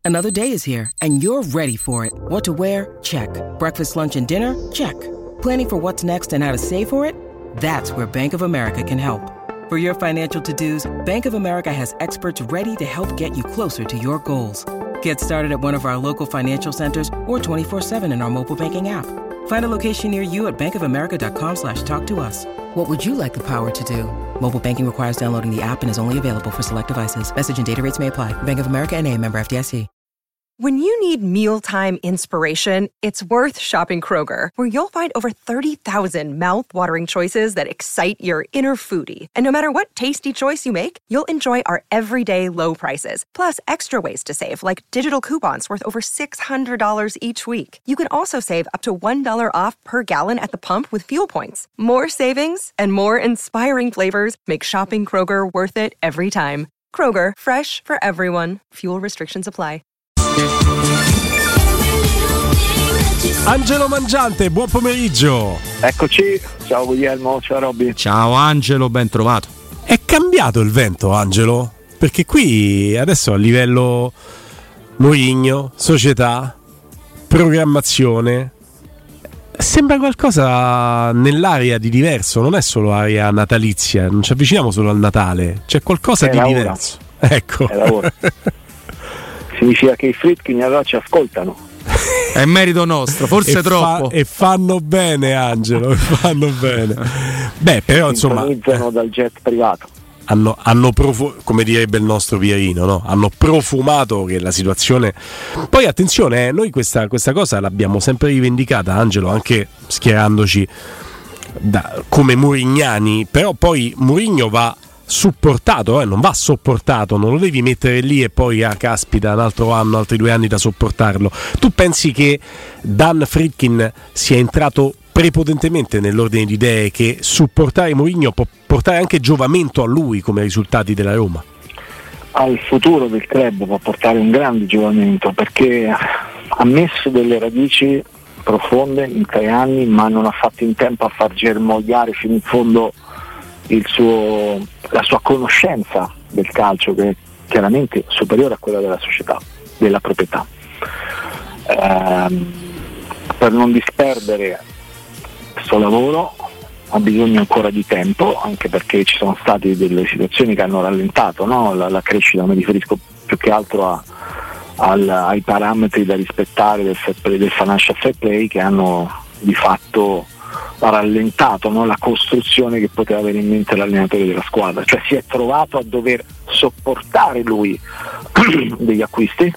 Another day is here, and you're ready for it. What to wear? Check. Breakfast, lunch, and dinner? Check. Planning for what's next and how to save for it? That's where Bank of America can help. For your financial to-dos, Bank of America has experts ready to help get you closer to your goals. Get started at one of our local financial centers or 24/7 in our mobile banking app. Find a location near you at bankofamerica.com/talktous. What would you like the power to do? Mobile banking requires downloading the app and is only available for select devices. Message and data rates may apply. Bank of America N.A., member FDIC. When you need mealtime inspiration, it's worth shopping Kroger, where you'll find over 30,000 mouth-watering choices that excite your inner foodie. And no matter what tasty choice you make, you'll enjoy our everyday low prices, plus extra ways to save, like digital coupons worth over $600 each week. You can also save up to $1 off per gallon at the pump with fuel points. More savings and more inspiring flavors make shopping Kroger worth it every time. Kroger, fresh for everyone. Fuel restrictions apply. Angelo Mangiante, buon pomeriggio. Eccoci, ciao Guglielmo, ciao Robby. Ciao Angelo, ben trovato. È cambiato il vento, Angelo? Perché qui adesso a livello Mourinho, società, programmazione, sembra qualcosa nell'area di diverso, non è solo area natalizia, non ci avviciniamo solo al Natale, c'è qualcosa di diverso. Ecco. Significa che i Friedkin allora ci ascoltano. È merito nostro, forse troppo. E fanno bene, Angelo, fanno bene. Beh, però insomma sintonizzano dal jet privato. Hanno come direbbe il nostro Pierino, no? Hanno profumato che la situazione. Poi attenzione, noi questa cosa l'abbiamo sempre rivendicata, Angelo, anche schierandoci come murignani, però poi Mourinho va supportato, non va sopportato, non lo devi mettere lì e poi caspita un altro anno, altri 2 anni da sopportarlo. Tu pensi che Dan Friedkin sia entrato prepotentemente nell'ordine di idee che supportare Mourinho può portare anche giovamento a lui come risultati della Roma? Al futuro del club può portare un grande giovamento, perché ha messo delle radici profonde in 3 anni, ma non ha fatto in tempo a far germogliare fino in fondo la sua conoscenza del calcio, che è chiaramente superiore a quella della società, della proprietà. Per non disperdere questo lavoro ha bisogno ancora di tempo, anche perché ci sono state delle situazioni che hanno rallentato, no? la crescita. Mi riferisco più che altro ai parametri da rispettare del financial fair play, che hanno di fatto rallentato, no? La costruzione che poteva avere in mente l'allenatore della squadra. Cioè si è trovato a dover sopportare lui degli acquisti.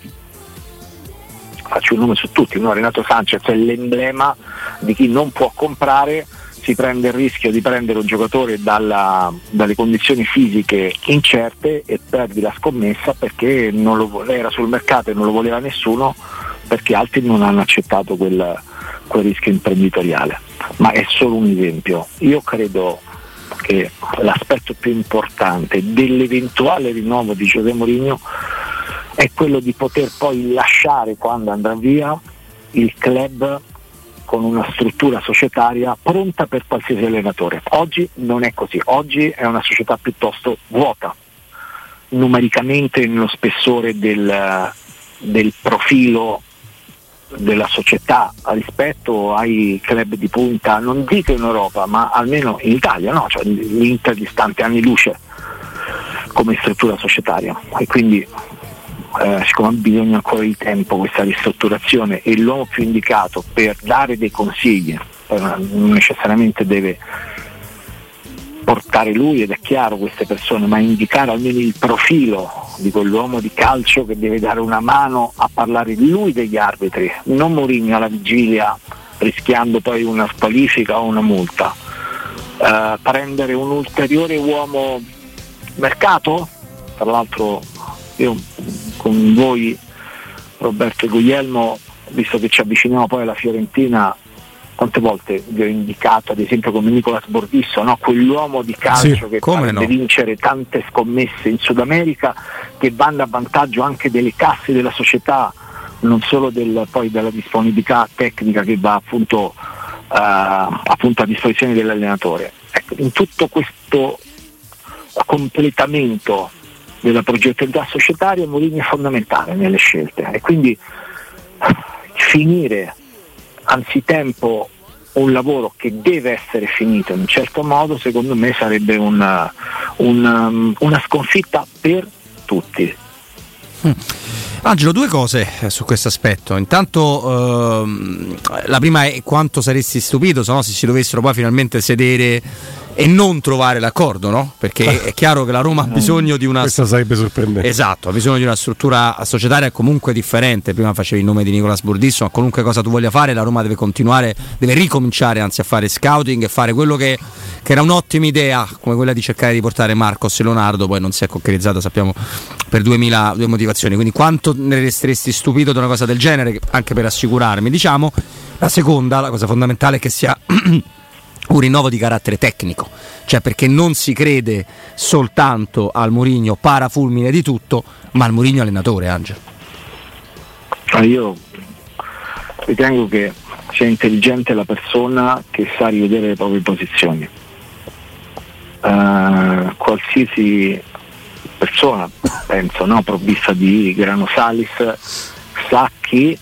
Faccio un nome su tutti, no? Renato Sanchez è l'emblema di chi non può comprare, si prende il rischio di prendere un giocatore dalle condizioni fisiche incerte e perdi la scommessa, perché era sul mercato e non lo voleva nessuno, perché altri non hanno accettato quel rischio imprenditoriale. Ma è solo un esempio. Io credo che l'aspetto più importante dell'eventuale rinnovo di José Mourinho è quello di poter poi lasciare, quando andrà via, il club con una struttura societaria pronta per qualsiasi allenatore. Oggi non è così, oggi è una società piuttosto vuota, numericamente nello spessore del profilo della società rispetto ai club di punta, non dico in Europa, ma almeno in Italia, no? Cioè, l'Inter distante anni luce come struttura societaria, e quindi siccome ha bisogno ancora di tempo questa ristrutturazione, e l'uomo più indicato per dare dei consigli, non necessariamente deve portare lui, ed è chiaro, queste persone, ma indicare almeno il profilo di quell'uomo di calcio che deve dare una mano a parlare lui degli arbitri, non Mourinho alla vigilia rischiando poi una squalifica o una multa. Prendere un ulteriore uomo mercato, tra l'altro io con voi Roberto e Guglielmo, visto che ci avviciniamo poi alla Fiorentina, quante volte vi ho indicato ad esempio come Nicolas Bordisso, no? Quell'uomo di calcio che deve vincere tante scommesse in Sud America, che vanno a vantaggio anche delle casse della società, non solo poi della disponibilità tecnica che va appunto a disposizione dell'allenatore. Ecco, in tutto questo completamento della progettualità societaria, Mourinho è fondamentale nelle scelte, e quindi finire anzitempo un lavoro che deve essere finito in un certo modo, secondo me sarebbe una sconfitta per tutti. Angelo, due cose su questo aspetto. Intanto la prima è quanto saresti stupito se si dovessero poi finalmente sedere e non trovare l'accordo, no? Perché è chiaro che la Roma ha bisogno di una... Questo sarebbe sorprendente. Esatto, ha bisogno di una struttura societaria comunque differente. Prima facevi il nome di Nicolas Burdisso, ma qualunque cosa tu voglia fare, la Roma deve ricominciare anzi a fare scouting e fare quello che era un'ottima idea, come quella di cercare di portare Marcos e Leonardo, poi non si è concretizzata, sappiamo, per due motivazioni. Quindi quanto ne resteresti stupito di una cosa del genere, anche per assicurarmi, diciamo. La seconda, la cosa fondamentale, è che sia un rinnovo di carattere tecnico, cioè perché non si crede soltanto al Mourinho parafulmine di tutto, ma al Mourinho allenatore, Angelo. Io ritengo che sia intelligente la persona che sa rivedere le proprie posizioni. Qualsiasi persona, penso, provvista di grano salis, sa che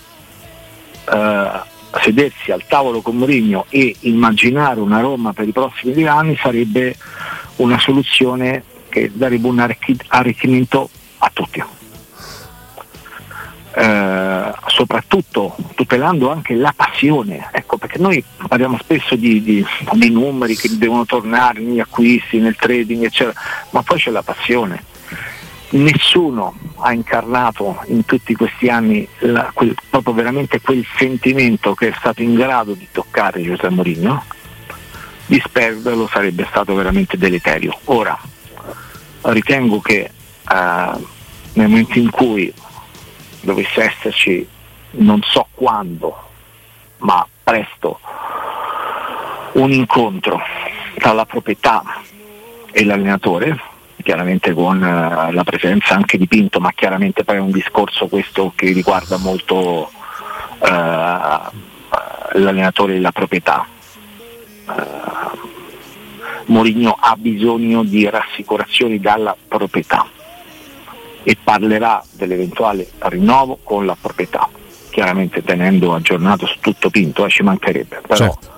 sedersi al tavolo con Mourinho e immaginare una Roma per i prossimi 2 anni sarebbe una soluzione che darebbe un arricchimento a tutti, soprattutto tutelando anche la passione, ecco, perché noi parliamo spesso di numeri che devono tornare negli acquisti, nel trading eccetera, ma poi c'è la passione. Nessuno ha incarnato in tutti questi anni proprio veramente quel sentimento che è stato in grado di toccare José Mourinho. Disperderlo sarebbe stato veramente deleterio. Ora ritengo che nel momento in cui dovesse esserci, non so quando, ma presto, un incontro tra la proprietà e l'allenatore, chiaramente con la presenza anche di Pinto, ma chiaramente poi è un discorso questo che riguarda molto l'allenatore e la proprietà. Mourinho ha bisogno di rassicurazioni dalla proprietà e parlerà dell'eventuale rinnovo con la proprietà, chiaramente tenendo aggiornato su tutto Pinto, ci mancherebbe, però certo.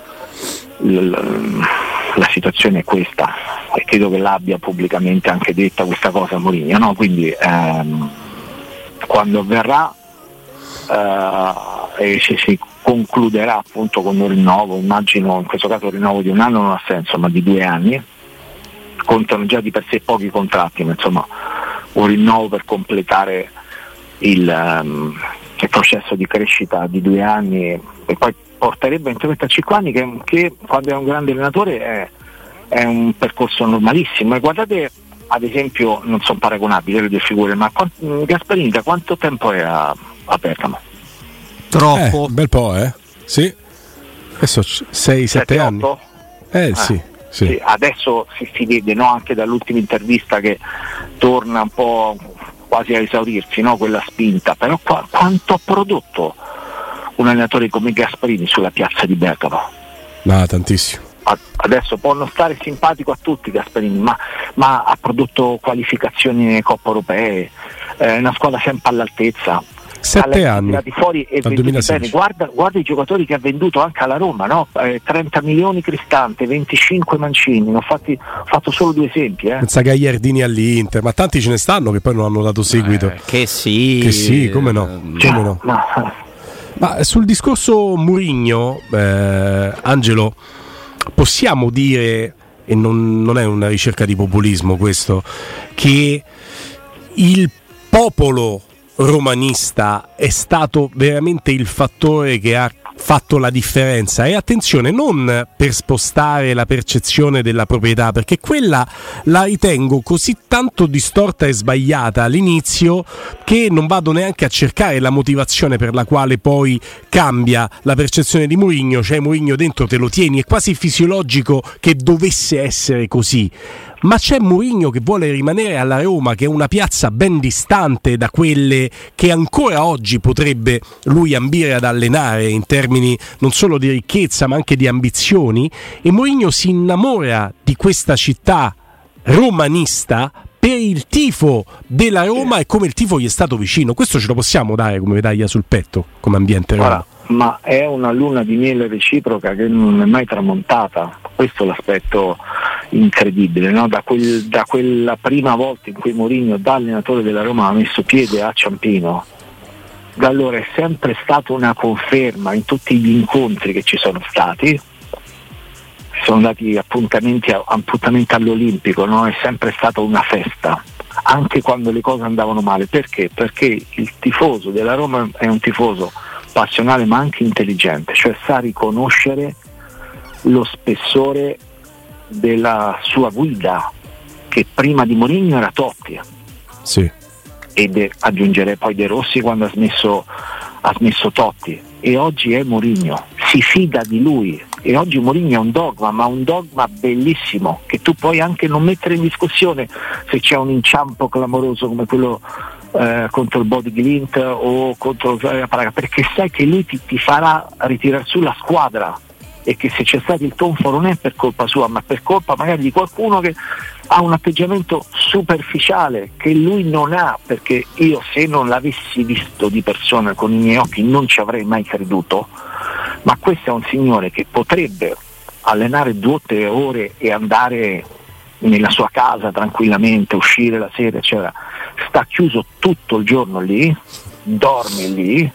La situazione è questa, e credo che l'abbia pubblicamente anche detta questa cosa Mourinho, no? Quindi quando avverrà e si concluderà appunto con un rinnovo, immagino in questo caso un rinnovo di 1 anno non ha senso, ma di 2 anni, contano già di per sé pochi contratti, ma insomma un rinnovo per completare il processo di crescita di 2 anni, e poi porterebbe in 5 anni che quando è un grande allenatore è un percorso normalissimo. E guardate, ad esempio, non sono paragonabili le due figure, ma Gasperini da quanto tempo è a Bergamo? Troppo. Un bel po', Sì. Adesso 6-7 anni. Sì. Adesso si vede, no, anche dall'ultima intervista, che torna un po' quasi a esaurirsi, no, quella spinta. Però quanto ha prodotto un allenatore come Gasperini sulla piazza di Bergamo? No, tantissimo. Adesso può non stare simpatico a tutti Gasperini, ma ha prodotto qualificazioni nelle Coppe Europee, una squadra sempre all'altezza. 7 anni di fuori e dal 2016. Guarda i giocatori che ha venduto anche alla Roma, no? 30 milioni Cristante, 25 Mancini, ho fatto solo 2 esempi. Pensa Gagliardini all'Inter, ma tanti ce ne stanno che poi non hanno dato seguito. Che sì, come no? Ma sul discorso Mourinho, Angelo, possiamo dire, e non è una ricerca di populismo questo, che il popolo romanista è stato veramente il fattore che ha fatto la differenza, e attenzione, non per spostare la percezione della proprietà, perché quella la ritengo così tanto distorta e sbagliata all'inizio che non vado neanche a cercare la motivazione per la quale poi cambia la percezione di Mourinho. Cioè Mourinho dentro te lo tieni, è quasi fisiologico che dovesse essere così. Ma c'è Mourinho che vuole rimanere alla Roma, che è una piazza ben distante da quelle che ancora oggi potrebbe lui ambire ad allenare in termini non solo di ricchezza ma anche di ambizioni, e Mourinho si innamora di questa città romanista per il tifo della Roma e come il tifo gli è stato vicino. Questo ce lo possiamo dare come medaglia sul petto, come ambiente Roma. Ma è una luna di miele reciproca che non è mai tramontata. Questo è l'aspetto incredibile, no? Da quella prima volta in cui Mourinho, da allenatore della Roma, ha messo piede a Ciampino, da allora è sempre stata una conferma in tutti gli incontri che ci sono stati. Sono dati appuntamenti all'Olimpico, no? È sempre stata una festa, anche quando le cose andavano male. Perché? Perché il tifoso della Roma è un tifoso passionale ma anche intelligente, cioè sa riconoscere lo spessore della sua guida, che prima di Mourinho era Totti, sì, e aggiungerei poi De Rossi quando ha smesso Totti, e oggi è Mourinho, si fida di lui, e oggi Mourinho è un dogma, ma un dogma bellissimo che tu puoi anche non mettere in discussione se c'è un inciampo clamoroso come quello contro il Body Glint o contro il Praga, perché sai che lui ti farà ritirare su la squadra, e che se c'è stato il tonfo non è per colpa sua, ma per colpa magari di qualcuno che ha un atteggiamento superficiale che lui non ha, perché io, se non l'avessi visto di persona con i miei occhi, non ci avrei mai creduto. Ma questo è un signore che potrebbe allenare 2 o 3 ore e andare nella sua casa tranquillamente, uscire la sera, eccetera. Sta chiuso tutto il giorno lì, dorme lì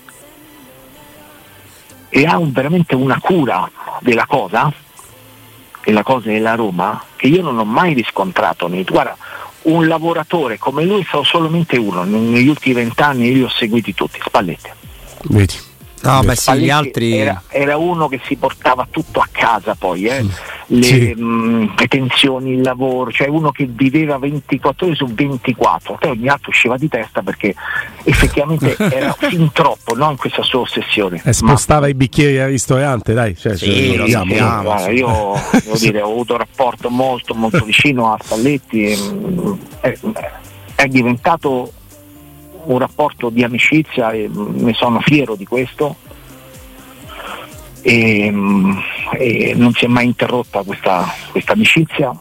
e ha veramente una cura della cosa, e la cosa è la Roma, che io non ho mai riscontrato. Guarda, un lavoratore come lui sono solamente uno negli ultimi 20 anni, io li ho seguiti tutti. Spalletti. Vedi. No, beh, sì, gli altri era uno che si portava tutto a casa poi, le tensioni, il lavoro, cioè uno che viveva 24 ore su 24, poi ogni altro usciva di testa perché effettivamente era fin troppo, no, in questa sua ossessione. Spostava i bicchieri al ristorante, dai. Cioè, sì, io devo dire, ho avuto un rapporto molto molto vicino a Spalletti, è diventato un rapporto di amicizia e ne sono fiero di questo, e non si è mai interrotta questa amicizia,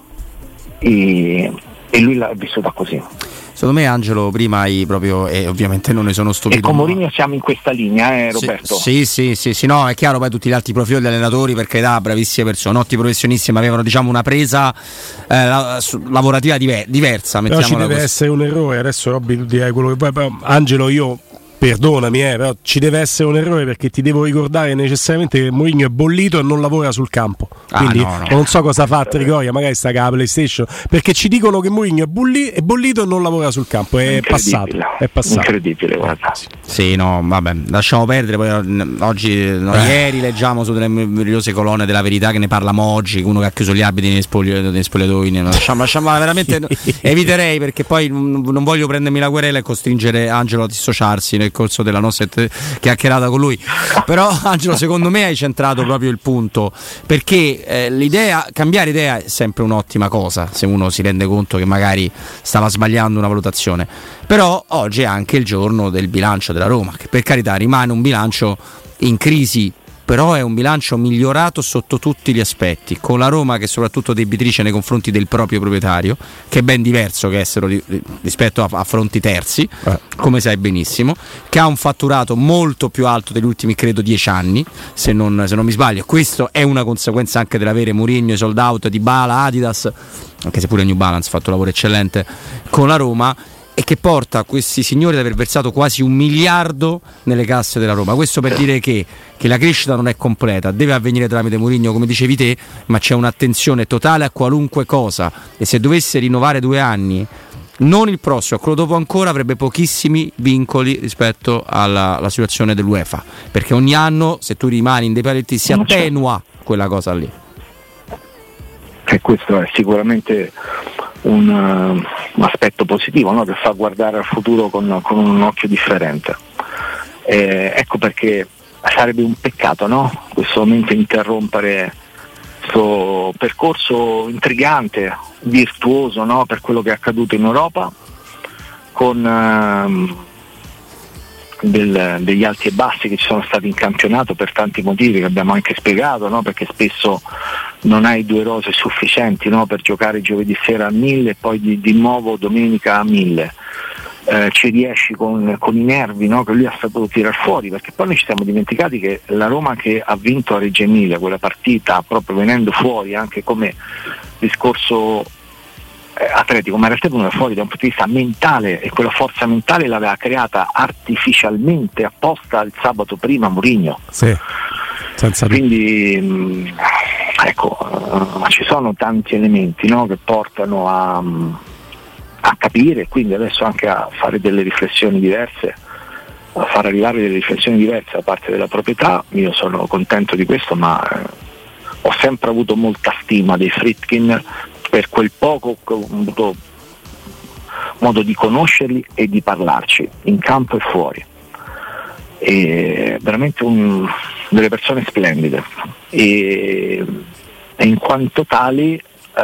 e lui l'ha vissuta così. Secondo me, Angelo, prima hai proprio, e ovviamente non ne sono stupito. E con Mourinho siamo in questa linea, Roberto? Sì, no, è chiaro, poi tutti gli altri profili degli allenatori, perché bravissime persone, ottimi professionisti, ma avevano, diciamo, una presa lavorativa diversa. Però ci deve essere un errore, adesso Robby tu direi quello che vuoi, però Angelo, io perdonami, però ci deve essere un errore, perché ti devo ricordare necessariamente che Mourinho è bollito e non lavora sul campo. Quindi non so cosa fa a Trigoria, magari sta con la PlayStation, perché ci dicono che Mourinho è bollito e non lavora sul campo. È passato. Incredibile, guarda. Sì, no, vabbè, lasciamo perdere. Poi oggi, ieri leggiamo su delle meravigliose colonne della Verità che ne parliamo oggi, uno che ha chiuso gli abiti nei spogliatoi. Lasciamo veramente eviterei, perché poi non voglio prendermi la querela e costringere Angelo a dissociarsi nel corso della nostra chiacchierata con lui. Però, Angelo, secondo me hai centrato proprio il punto, perché cambiare idea è sempre un'ottima cosa se uno si rende conto che magari stava sbagliando una valutazione. Però oggi è anche il giorno del bilancio della Roma, che per carità rimane un bilancio in crisi, però è un bilancio migliorato sotto tutti gli aspetti, con la Roma che è soprattutto debitrice nei confronti del proprio proprietario, che è ben diverso che essere rispetto a fronti terzi, come sai benissimo, che ha un fatturato molto più alto degli ultimi, credo, 10 anni, se non mi sbaglio. Questo è una conseguenza anche dell'avere Mourinho, i sold out, Dybala, Adidas, anche se pure New Balance ha fatto un lavoro eccellente con la Roma, e che porta questi signori ad aver versato quasi 1 miliardo nelle casse della Roma. Questo per dire che la crescita non è completa, deve avvenire tramite Mourinho, come dicevi te, ma c'è un'attenzione totale a qualunque cosa, e se dovesse rinnovare 2 anni, non il prossimo, quello dopo ancora, avrebbe pochissimi vincoli rispetto alla situazione dell'UEFA, perché ogni anno, se tu rimani in dei paletti, si attenua quella cosa lì. E questo è sicuramente un aspetto positivo, no? Che fa guardare al futuro con un occhio differente. Ecco perché sarebbe un peccato, no? In questo momento interrompere questo percorso intrigante, virtuoso, no? Per quello che è accaduto in Europa, con degli alti e bassi che ci sono stati in campionato per tanti motivi che abbiamo anche spiegato, no? Perché spesso non hai 2 rose sufficienti, no? Per giocare giovedì sera a 1000 e poi di nuovo domenica a 1000. Ci riesci con i nervi, no? Che lui ha saputo tirar fuori, perché poi noi ci siamo dimenticati che la Roma che ha vinto a Reggio Emilia quella partita, proprio venendo fuori anche come discorso atletico, ma in realtà veniva fuori da un punto di vista mentale, e quella forza mentale l'aveva creata artificialmente apposta il sabato prima Mourinho. Sì, senza quindi ci sono tanti elementi, no? Che portano a capire, quindi adesso anche a fare delle riflessioni diverse, a far arrivare delle riflessioni diverse da parte della proprietà. Io sono contento di questo, ma ho sempre avuto molta stima dei Friedkin per quel poco che ho avuto modo di conoscerli e di parlarci in campo e fuori. E veramente delle persone splendide, e in quanto tali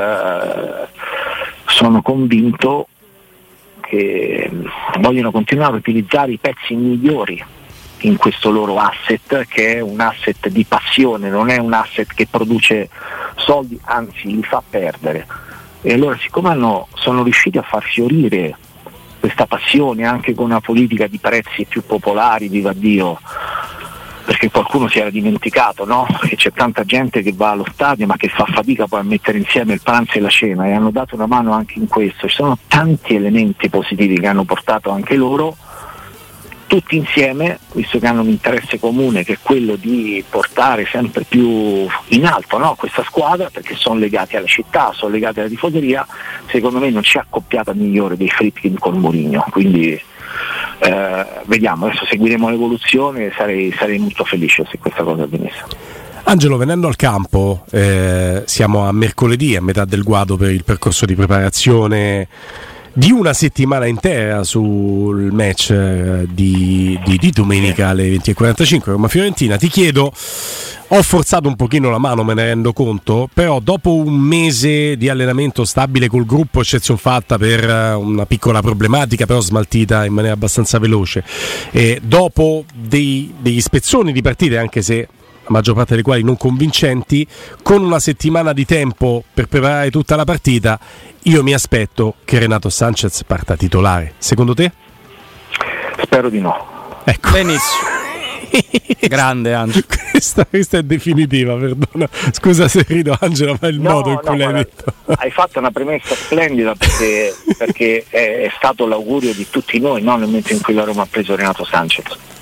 sono convinto che vogliono continuare a utilizzare i pezzi migliori in questo loro asset, che è un asset di passione, non è un asset che produce soldi, anzi li fa perdere. E allora, siccome sono riusciti a far fiorire questa passione anche con una politica di prezzi più popolari, viva Dio, perché qualcuno si era dimenticato, no? Che c'è tanta gente che va allo stadio ma che fa fatica poi a mettere insieme il pranzo e la cena, e hanno dato una mano anche in questo. Ci sono tanti elementi positivi che hanno portato anche loro, tutti insieme, visto che hanno un interesse comune, che è quello di portare sempre più in alto, no? Questa squadra, perché sono legati alla città, sono legati alla tifoseria. Secondo me non c'è accoppiata migliore dei Friedkin con Mourinho, quindi vediamo, adesso seguiremo l'evoluzione, sarei molto felice se questa cosa avvenisse. Angelo, venendo al campo, siamo a mercoledì, a metà del guado per il percorso di preparazione di una settimana intera sul match di domenica alle 20:45 Roma-Fiorentina. Ti chiedo, ho forzato un pochino la mano, me ne rendo conto, però dopo un mese di allenamento stabile col gruppo, eccezione fatta per una piccola problematica però smaltita in maniera abbastanza veloce, e dopo degli spezzoni di partite, anche se la maggior parte delle quali non convincenti, con una settimana di tempo per preparare tutta la partita, io mi aspetto che Renato Sanchez parta titolare. Secondo te? Spero di no. Ecco. Benissimo. Grande Angelo. Questa è definitiva, perdona. Scusa se rido, Angelo, ma il modo in cui l'hai detto. Hai fatto una premessa splendida, perché è stato l'augurio di tutti noi, no? Nel momento in cui la Roma ha preso Renato Sanchez.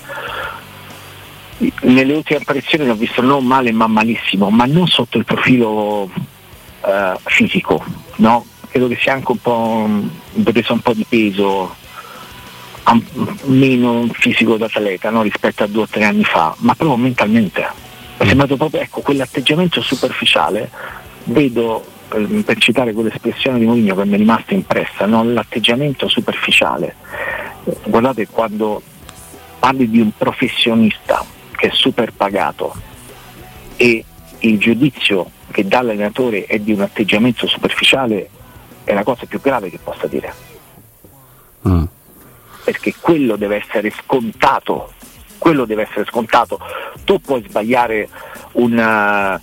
Nelle ultime apparizioni l'ho visto non male ma malissimo, ma non sotto il profilo fisico, no? Credo che sia anche preso un po' di peso, meno fisico d'atleta, no? Rispetto a 2 o 3 anni fa, ma proprio mentalmente è sembrato proprio, ecco, quell'atteggiamento superficiale. Vedo, per citare quell'espressione di Mourinho che mi è rimasta impressa, no? L'atteggiamento superficiale. Guardate, quando parli di un professionista che è super pagato e il giudizio che dà l'allenatore è di un atteggiamento superficiale, è la cosa più grave che possa dire, perché quello deve essere scontato. Tu puoi sbagliare una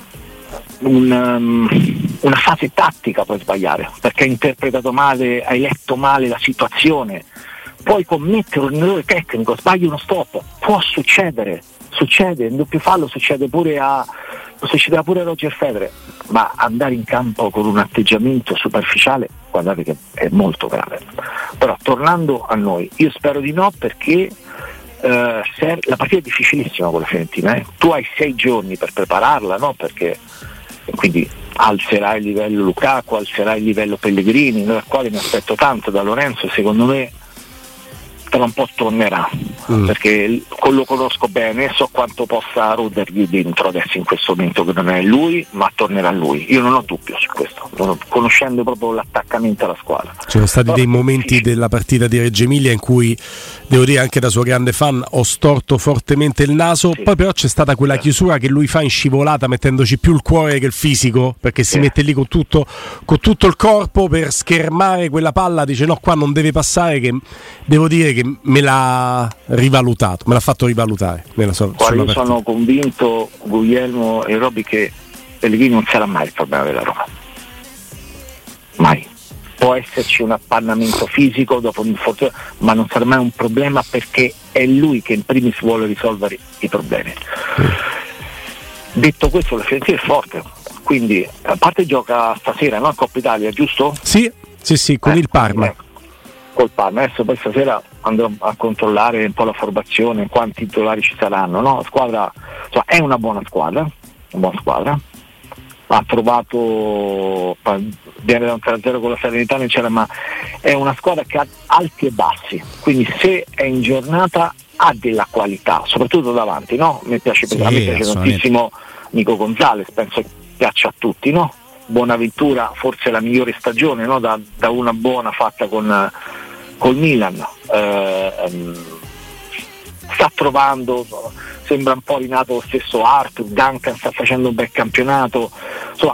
fase tattica, puoi sbagliare perché hai interpretato male, hai letto male la situazione, puoi commettere un errore tecnico, sbagli uno stop, può succedere, in doppio fallo succedeva pure a Roger Federer, ma andare in campo con un atteggiamento superficiale, guardate che è molto grave. Però tornando a noi, io spero di no, perché la partita è difficilissima con la Fiorentina, tu hai 6 giorni per prepararla, no? Perché quindi alzerà il livello Lukaku, alzerà il livello Pellegrini, dal quale mi aspetto tanto da Lorenzo, secondo me tra un po' tornerà, perché lo conosco bene, so quanto possa rodergli dentro adesso in questo momento, che non è lui, ma tornerà lui. Io non ho dubbio su questo, conoscendo proprio l'attaccamento alla squadra. Ci sono stati dei momenti della partita di Reggio Emilia in cui, devo dire, anche da suo grande fan, ho storto fortemente il naso, poi però c'è stata quella chiusura che lui fa in scivolata, mettendoci più il cuore che il fisico, perché si mette lì con tutto il corpo per schermare quella palla, dice no, qua non deve passare, che devo dire che che me l'ha rivalutato, me l'ha fatto rivalutare nella sua Io partita. sono convinto, Guglielmo e Robby, che Pellegrini non sarà mai il problema della Roma, mai. Può esserci un appannamento fisico dopo un infortunio, ma non sarà mai un problema, perché è lui che in primis vuole risolvere i problemi. Detto questo, la Fiorentina è forte, quindi a parte gioca stasera, no? Coppa Italia, giusto? Sì, con il Parma. Col Parma. Adesso poi stasera andrò a controllare un po' la formazione, quanti titolari ci saranno, no? La squadra, insomma, è una buona squadra. Ha trovato, viene da un 3-0 con la Salernitana, ma è una squadra che ha alti e bassi, quindi se è in giornata ha della qualità, soprattutto davanti, no? A me piace tantissimo Nico Gonzalez, penso che piaccia a tutti, no? Bonaventura, forse la migliore stagione, no? Da una buona fatta col Milan, sta trovando, sembra un po' rinato lo stesso Arthur, Duncan sta facendo un bel campionato, insomma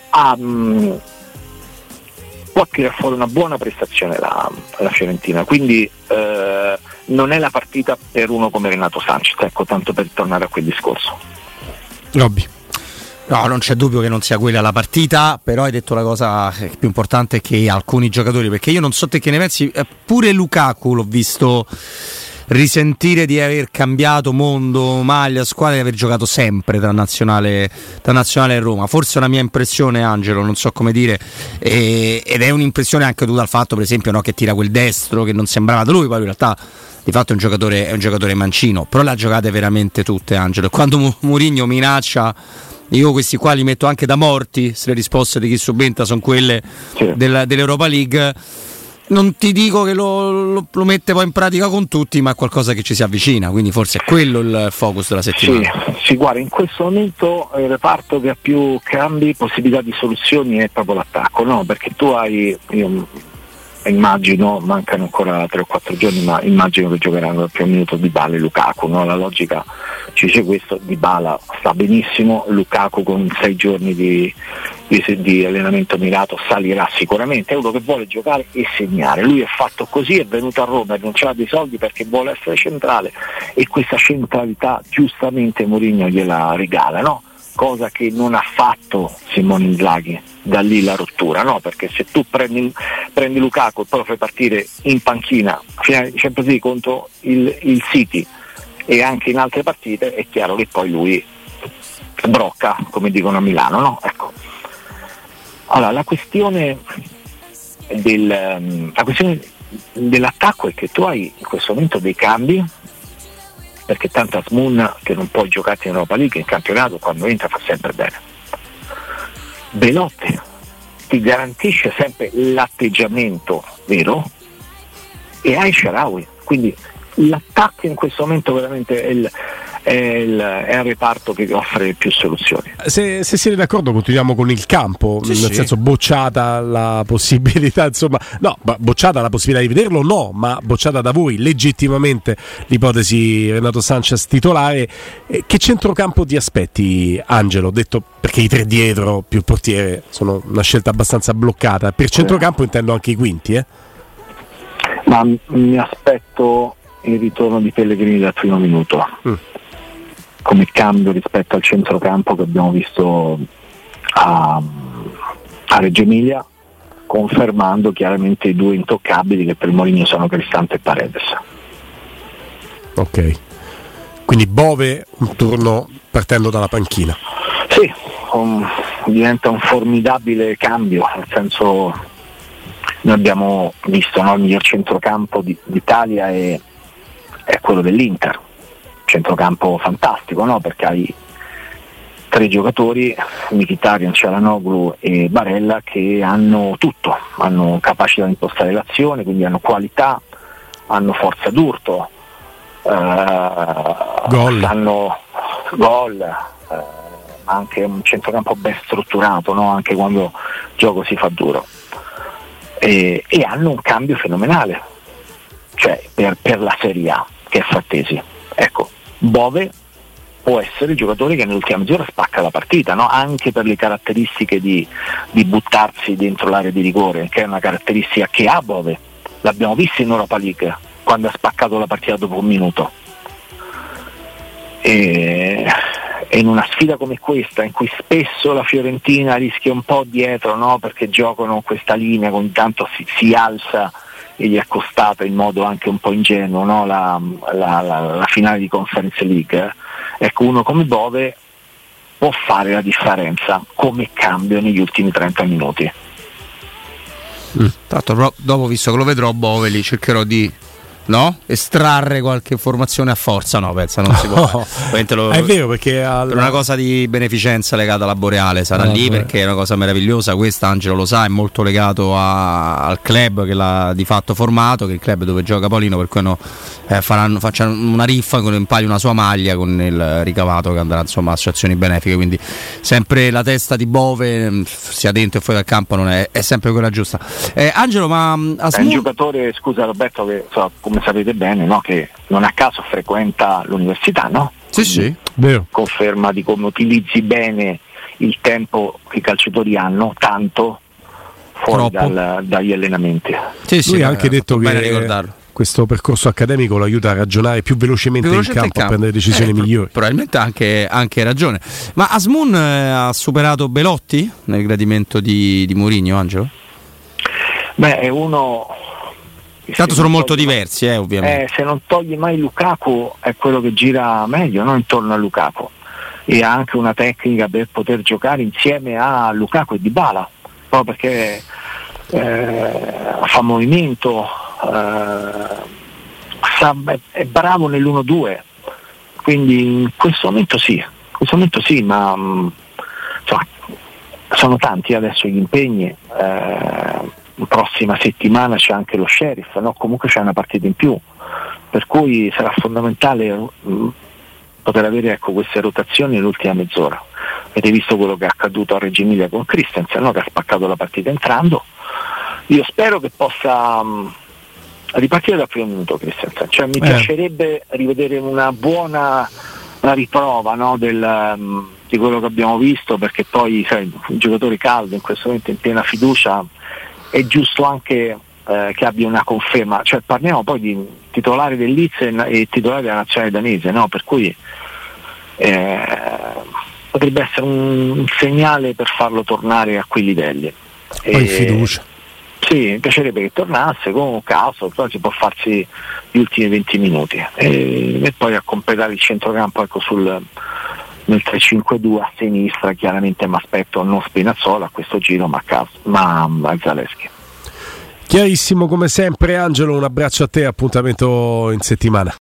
può tirare fuori una buona prestazione la Fiorentina, quindi non è la partita per uno come Renato Sanchez, ecco, tanto per tornare a quel discorso. Robby. No, non c'è dubbio che non sia quella la partita, però hai detto la cosa più importante, che alcuni giocatori, perché io non so te che ne pensi, pure Lukaku l'ho visto risentire di aver cambiato mondo, maglia, squadra, di aver giocato sempre tra nazionale e Roma. Forse è una mia impressione, Angelo, non so come dire, ed è un'impressione anche dovuta al fatto, per esempio, no, che tira quel destro che non sembrava da lui, poi in realtà di fatto è un giocatore mancino, però le ha giocate veramente tutte, Angelo. Quando Mourinho minaccia, io questi qua li metto anche da morti, se le risposte di chi subentra sono quelle dell'Europa League. Non ti dico che lo mette poi in pratica con tutti, ma è qualcosa che ci si avvicina, quindi forse è quello il focus della settimana. Sì, guarda, in questo momento il reparto che ha più cambi, possibilità di soluzioni, è proprio l'attacco, no? Perché tu hai, io immagino, mancano ancora 3 o 4 giorni, ma immagino che giocheranno al primo minuto Dybala e Lukaku, no? La logica ci dice questo. Dybala sta benissimo, Lukaku con 6 giorni di allenamento mirato salirà sicuramente, è uno che vuole giocare e segnare, lui è fatto così, è venuto a Roma e non c'ha dei soldi perché vuole essere centrale, e questa centralità giustamente Mourinho gliela regala, no? Cosa che non ha fatto Simone Inzaghi, da lì la rottura, no? Perché se tu prendi Lukaku e poi lo fai partire in panchina finale di Champions League contro il City e anche in altre partite, è chiaro che poi lui brocca, come dicono a Milano, no? Ecco. Allora, la questione dell'attacco è che tu hai in questo momento dei cambi, perché tanto Asmun, che non può giocare in Europa League, in campionato quando entra fa sempre bene. Belotti ti garantisce sempre l'atteggiamento vero, e hai Shaarawy, quindi l'attacco in questo momento veramente è il reparto che offre più soluzioni. Se siete d'accordo, continuiamo con il campo, nel senso, bocciata la possibilità, insomma, no, bocciata la possibilità di vederlo, no, ma bocciata da voi legittimamente l'ipotesi Renato Sanchez titolare. Che centrocampo ti aspetti, Angelo? Detto, perché i 3 dietro più portiere sono una scelta abbastanza bloccata. Per centrocampo intendo anche i quinti, Ma mi aspetto il ritorno di Pellegrini dal primo minuto, come cambio rispetto al centrocampo che abbiamo visto a Reggio Emilia, confermando chiaramente i 2 intoccabili che per Mourinho sono Cristante e Paredes. Ok, quindi Bove un turno partendo dalla panchina. Sì, diventa un formidabile cambio, nel senso, noi abbiamo visto, no, il miglior centrocampo d'Italia è quello dell'Inter, centrocampo fantastico, no? Perché hai 3 giocatori, Mkhitaryan, Çalhanoğlu e Barella, che hanno tutto, hanno capacità di impostare l'azione, quindi hanno qualità, hanno forza d'urto, hanno gol, ma anche un centrocampo ben strutturato, no? Anche quando il gioco si fa duro, e hanno un cambio fenomenale, cioè per la Serie A, che è Frattesi. Ecco, Bove può essere il giocatore che nell'ultima mezz'ora spacca la partita, no? Anche per le caratteristiche di buttarsi dentro l'area di rigore, che è una caratteristica che ha Bove. L'abbiamo visto in Europa League, quando ha spaccato la partita dopo un minuto. E in una sfida come questa, in cui spesso la Fiorentina rischia un po' dietro, no? Perché giocano questa linea, ogni tanto si alza e gli è costata in modo anche un po' ingenuo, no? la finale di Conference League. Ecco, uno come Bove può fare la differenza come cambio negli ultimi 30 minuti. Tanto dopo, visto che lo vedrò Bove, lì cercherò di estrarre qualche informazione a forza. No, pensa, non si può. È vero, perché per una cosa di beneficenza legata alla Boreale sarà lì, perché è una cosa meravigliosa. Questa, Angelo lo sa, è molto legato al club che l'ha di fatto formato, che è il club dove gioca Paolino, per cui facciano una riffa in palio una sua maglia con il ricavato che andrà insomma a associazioni benefiche. Quindi sempre la testa di Bove, sia dentro e fuori dal campo, non è sempre quella giusta. Angelo, ma è un giocatore, scusa Roberto, che come sapete bene, no? Che non a caso frequenta l'università, no? Sì, vero. Conferma di come utilizzi bene il tempo che i calciatori hanno, tanto fuori dagli allenamenti. Lui ha anche detto che questo percorso accademico lo aiuta a ragionare più velocemente in campo, a prendere decisioni migliori. Probabilmente ha anche ragione. Ma Asmun ha superato Belotti nel gradimento di Mourinho, Angelo? Beh, è uno... Tanto sono molto diversi, ovviamente. Se non togli mai Lukaku, è quello che gira meglio, no? Intorno a Lukaku, e ha anche una tecnica per poter giocare insieme a Lukaku e Dybala, proprio perché fa movimento, è bravo nell'1-2, quindi in questo momento sì, ma insomma, sono tanti adesso gli impegni. Prossima settimana c'è anche lo Sheriff, no? Comunque c'è una partita in più, per cui sarà fondamentale poter avere queste rotazioni nell'ultima mezz'ora. Avete visto quello che è accaduto a Reggio Emilia con Christensen, no? Che ha spaccato la partita entrando. Io spero che possa ripartire dal primo minuto Christensen, cioè mi piacerebbe rivedere una buona riprova, no? Di quello che abbiamo visto, perché poi sai, un giocatore caldo in questo momento in piena fiducia è giusto anche che abbia una conferma, cioè parliamo poi di titolare del Leeds e titolare della nazionale danese, no? Per cui potrebbe essere un segnale per farlo tornare a quei livelli. Poi fiducia. Sì, mi piacerebbe che tornasse con un caso, poi si può farsi gli ultimi 20 minuti e poi a completare il centrocampo nel 3-5-2 a sinistra. Chiaramente mi aspetto non Spinazzola a questo giro, ma Zalewski. Chiarissimo come sempre, Angelo, un abbraccio a te, appuntamento in settimana.